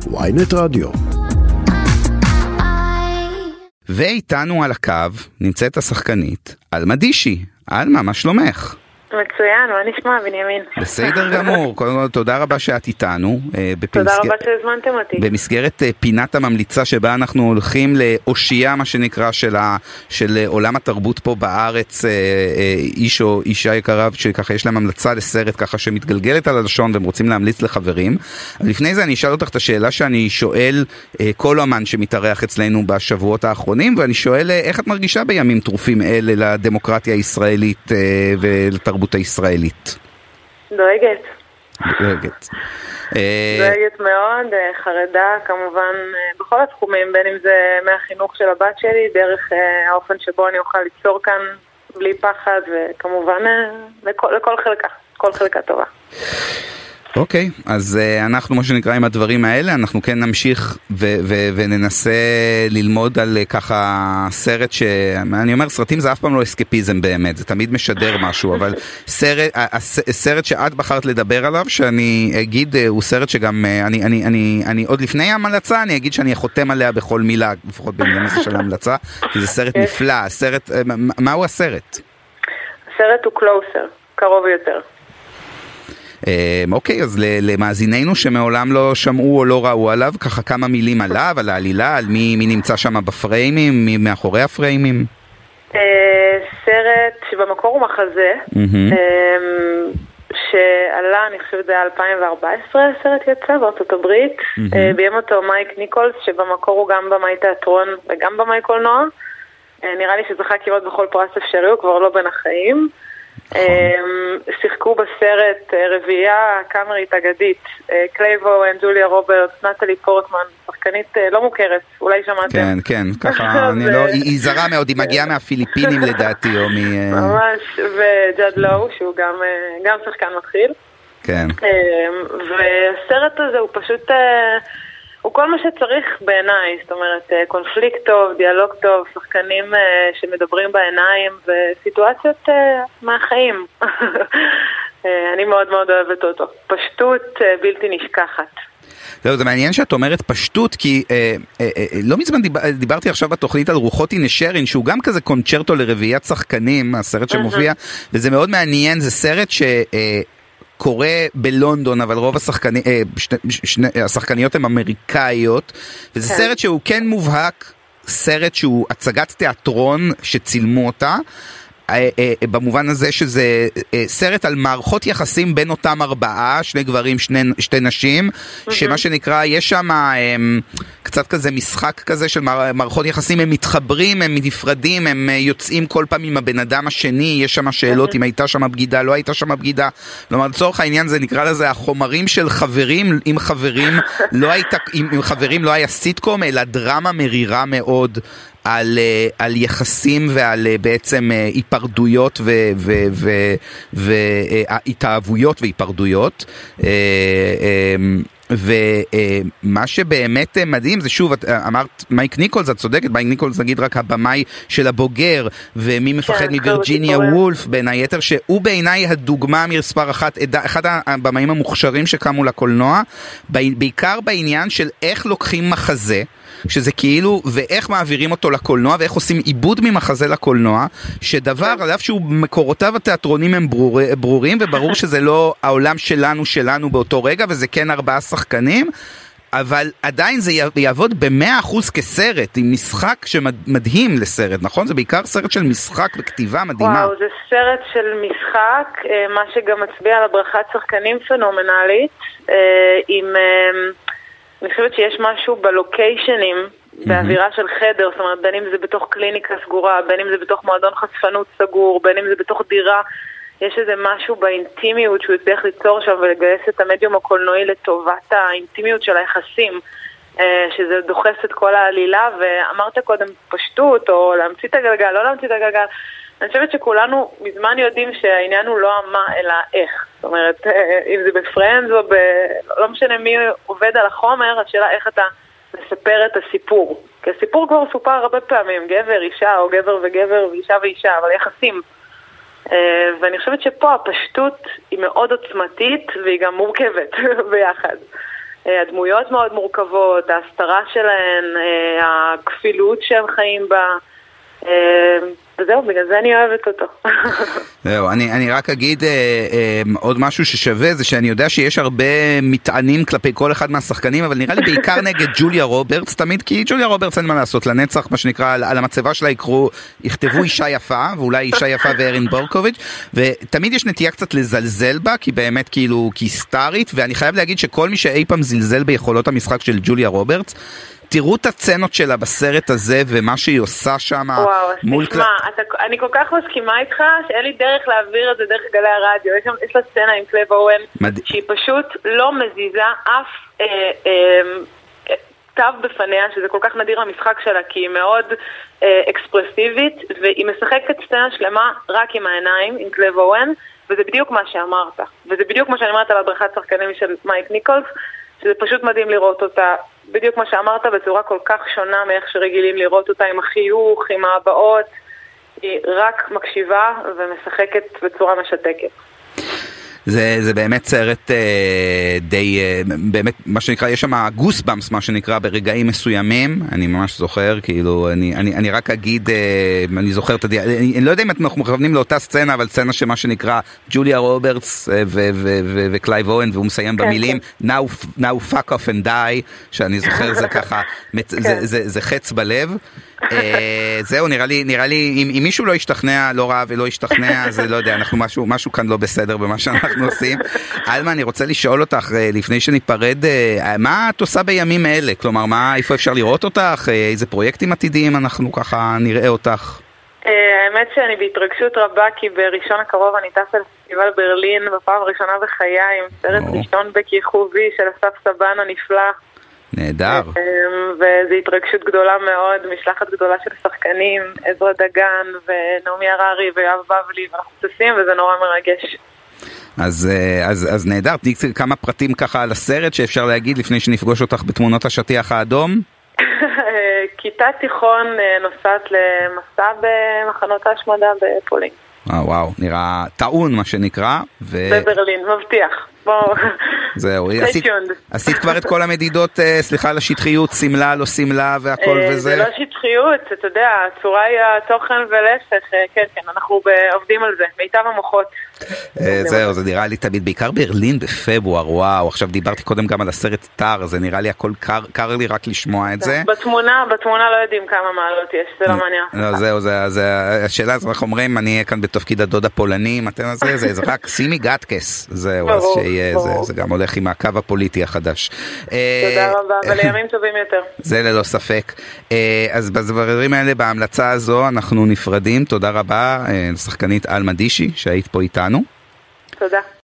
ynet רדיו. ואיתנו על הקו נמצאת השחקנית אלמה דישי. אלמה, מה שלומך? מצוין, מה נשמע, בנימין? בסדר גמור. קודם כל, תודה רבה שאת איתנו. תודה רבה שהזמנתם אותי. במסגרת פינת הממליצה שבה אנחנו הולכים לאושייה, מה שנקרא, של עולם התרבות פה בארץ, איש או אישה יקרה, שככה יש להם המלצה לסרט ככה שמתגלגלת על הלשון והם רוצים להמליץ לחברים. אבל לפני זה אני אשאל אותך את השאלה שאני שואל כל אומן שמתארח אצלנו בשבועות האחרונים, ואני שואל איך את מרגישה בימים טרופים אלה לדמוקרטיה הישראלית ולתרבות הישראלית? דואגת מאוד, חרדה כמובן בכל התחומים, בין אם זה מהחינוך של הבת שלי, דרך האופן שבו אני אוכל ליצור כאן בלי פחד, וכמובן לכל חלקה, כל חלקה טובה. אוקיי, אז אנחנו, מה שנקרא, עם הדברים האלה, אנחנו כן נמשיך וננסה ללמוד על ככה סרט אני אומר, סרטים זה אף פעם לא אסקפיזם באמת, זה תמיד משדר משהו, אבל סרט שאת בחרת לדבר עליו, שאני אגיד, הוא סרט שגם, אני עוד לפני המלצה, אני אגיד שאני חותם עליה בכל מילה, לפחות בעניין הזה של ההמלצה, כי זה סרט נפלא. הסרט, מהו הסרט? הסרט הוא Closer, קרוב יותר. אוקיי, אז למאזיננו שמעולם לא שמעו או לא ראו עליו, ככה כמה מילים עליו, על העלילה, על מי נמצא שם בפריימים, מי מאחורי הפריימים? סרט שבמקור הוא מחזה, שעלה, אני חושבת, זה 2014, סרט יצא בארצות הברית, ביים אותו מייק ניקולס, שבמקור הוא גם במאי תיאטרון וגם במאי קולנוע. נראה לי שזכה כמעט בכל פרס אפשרי, הוא כבר לא בין החיים. שיחקו בסרט רביעייה קאמרית אגדית, קלייב אוון, ג'וליה רוברטס, נטלי פורטמן, שחקנית לא מוכרת, אולי שמעתם. כן, ככה, היא זרה מאוד, היא מגיעה מהפיליפינים לדעתי, או ממש, וג'אד לואו, שהוא גם שחקן מתחיל. כן. והסרט הזה הוא פשוט הוא כל מה שצריך בעיניי, זאת אומרת, קונפליקט טוב, דיאלוג טוב, שחקנים שמדברים בעיניים, וסיטואציות מהחיים. אני מאוד מאוד אוהבת אותו. פשטות בלתי נשכחת. זהו, זה מעניין שאת אומרת פשטות, כי לא מזמן דיברתי עכשיו בתוכנית על רוחות אינשרין, שהוא גם כזה קונצ'רטו לרביעיית שחקנים, הסרט שמופיע, וזה מאוד מעניין, זה סרט קורה בלונדון, אבל רוב השחקניות הן אמריקאיות, וזה סרט שהוא כן מובהק, סרט שהוא הצגת תיאטרון שצילמו אותה, במובן הזה שזה סרט על מערכות יחסים בין אותם ארבעה, שני גברים, שתי נשים, שמה שנקרא, יש שם קצת כזה משחק כזה של מערכות יחסים, הם מתחברים, הם נפרדים, הם יוצאים כל פעם עם הבן אדם השני, יש שם שאלות אם הייתה שם בגידה, לא הייתה שם בגידה, כלומר, לצורך העניין זה נקרא לזה החומרים של חברים, עם חברים לא היה סיטקום, אלא דרמה מרירה מאוד, על יחסים ועל בעצם היפרדויות והתאהבויות והיפרדויות. ומה שבאמת מדהים זה, שוב, אמרת מייק ניקולס, את צודקת, מייק ניקולס נגיד רק הבמאי של הבוגר, ומי מפחד מווירג'יניה וולף בין היתר, שהוא בעיניי הדוגמה מספר אחת, אחד הבמאים המוכשרים שקמו לקולנוע, בעיקר בעניין של איך לוקחים מחזה, שזה כאילו, ואיך מעבירים אותו לקולנוע, ואיך עושים עיבוד ממחזה לקולנוע, שדבר, על אף שהוא מקורותיו התיאטרונים הם ברורים, וברור שזה לא העולם שלנו באותו רגע, וזה כן 4 שחקנים, אבל עדיין זה יעבוד ב100% כסרט, עם משחק שמדהים לסרט, נכון? זה בעיקר סרט של משחק וכתיבה מדהימה. וואו, זה סרט של משחק, מה שגם מצביע על הברכת שחקנים פנומנלית, אני חושבת שיש משהו בלוקיישנים, באווירה של חדר, זאת אומרת, בין אם זה בתוך קליניקה סגורה, בין אם זה בתוך מועדון חשפנות סגור, בין אם זה בתוך דירה, יש איזה משהו באינטימיות שהוא הצליח ליצור שם ולגייס את המדיום הקולנועי לטובת האינטימיות של היחסים, שזה דוחס את כל העלילה, ואמרת קודם פשטות, או להמציא את הגלגל, לא להמציא את הגלגל. אני חושבת שכולנו מזמן יודעים שהעניין הוא לא מה, אלא איך. זאת אומרת, אם זה בפרנדס או לא משנה מי עובד על החומר, השאלה איך אתה מספר את הסיפור. כי הסיפור כבר סופר הרבה פעמים, גבר, אישה, או גבר וגבר, ואישה ואישה, אבל יחסים. ואני חושבת שפה הפשטות היא מאוד עוצמתית, והיא גם מורכבת ביחד. הדמויות מאוד מורכבות, ההסתרה שלהן, הכפילות שהם חיים בה, וזהו, בגלל זה אני אוהבת אותו. זהו, אני רק אגיד עוד משהו ששווה, זה שאני יודע שיש הרבה מטענים כלפי כל אחד מהשחקנים, אבל נראה לי בעיקר נגד ג'וליה רוברטס תמיד, כי ג'וליה רוברטס אין מה לעשות, לנצח, מה שנקרא, על המצבה שלה יכתבו אישה יפה, ואולי אישה יפה וארין בורקוביץ', ותמיד יש נטייה קצת לזלזל בה, כי באמת כאילו, כי סטארית, ואני חייב להגיד שכל מי שאי פעם זלזל ביכולות המשחק של ג'וליה רוברטס, תראו את הצנות שלה בסרט הזה ומה שהיא עושה שם מול תשמע, אני כל כך מסכימה איתך שאין לי דרך להעביר את זה דרך גלי הרדיו. יש לה סצנה עם קלייב אוהן שהיא פשוט לא מזיזה אף תו בפניה, שזה כל כך נדיר המשחק שלה, כי היא מאוד אקספרסיבית, והיא משחקת סצנה שלמה רק עם העיניים, עם קלייב אוהן, וזה בדיוק מה שאמרת, וזה בדיוק מה שאני אומרת על הדרכת שחקנים של מייק ניקולס, שזה פשוט מדהים לראות אותה, בדיוק מה שאמרת, בצורה כל כך שונה מאיך שרגילים לראות אותה, עם החיוך, עם הבעות, היא רק מקשיבה ומשחקת בצורה משתקת. זה באמת סרט די, באמת, מה שנקרא, יש שם גוסבאמס, מה שנקרא, ברגעים מסוימים, אני ממש זוכר, כאילו, אני רק אגיד, אני זוכר, אני לא יודע אם אנחנו מכוונים לאותה סצנה, אבל סצנה שמה שנקרא, ג'וליה רוברטס וקלייב אוהן, והוא מסיים במילים, now fuck off and die, שאני זוכר, זה ככה, זה חץ בלב. זהו, נראה לי, אם מישהו לא ישתכנע, לא ראה ולא ישתכנע, אז לא יודע, משהו כאן לא בסדר במה שאנחנו עושים. אלמה, אני רוצה לשאול אותך, לפני שניפרד, מה את עושה בימים אלה? כלומר, איפה אפשר לראות אותך? איזה פרויקטים עתידיים אנחנו ככה נראה אותך? האמת שאני בהתרגשות רבה, כי בראשון הקרוב אני טסה לפסטיבל ברלין, בפעם הראשונה בחיי, עם סרט ראשון בכיכובי של אסף סבן הנפלא. נהדר. וזו התרגשות גדולה מאוד, משלחת גדולה של שחקנים, עזרא דגן ונעמי הררי ויואב בבלי, ואנחנו טסים וזה נורא מרגש. אז נהדר, תני כמה פרטים ככה על הסרט שאפשר להגיד לפני שנפגוש אותך בתמונות השטיח האדום. כיתה תיכון נוסעת למסע במחנות ההשמדה בפולין. וואו, נראה טעון מה שנקרא. בברלין, מבטיח. זהו, עשית כבר את כל המדידות, סליחה על השטחיות, סמלה, לא סמלה והכל וזה? זה לא שטחיות, אתה יודע, הצורה היא התוכן ולהפך, כן, אנחנו עובדים על זה, מיטב המוחות. זהו, זה נראה לי תמיד, בעיקר ברלין בפברואר, וואו, עכשיו דיברתי קודם גם על הסרט טאר, זה נראה לי הכל קר לי רק לשמוע את זה. בתמונה לא יודעים כמה מעלות יש, זה לא מעניין. לא, זהו, השאלה, אז אנחנו אומרים, אני אהיה כאן בתפקיד הדוד הפולני, מתן הזה, זה רק שימי גטקס, זהו, אז שיהיה, זה גם הולך עם הקו הפוליטי החדש. תודה רבה, ולימים טובים יותר. זה ללא ספק. אז בדברים האלה, בהמלצה הזו, אנחנו נפרדים, תודה רבה לשחקנית אלמה דישי, שהיית פה איתנו. תודה.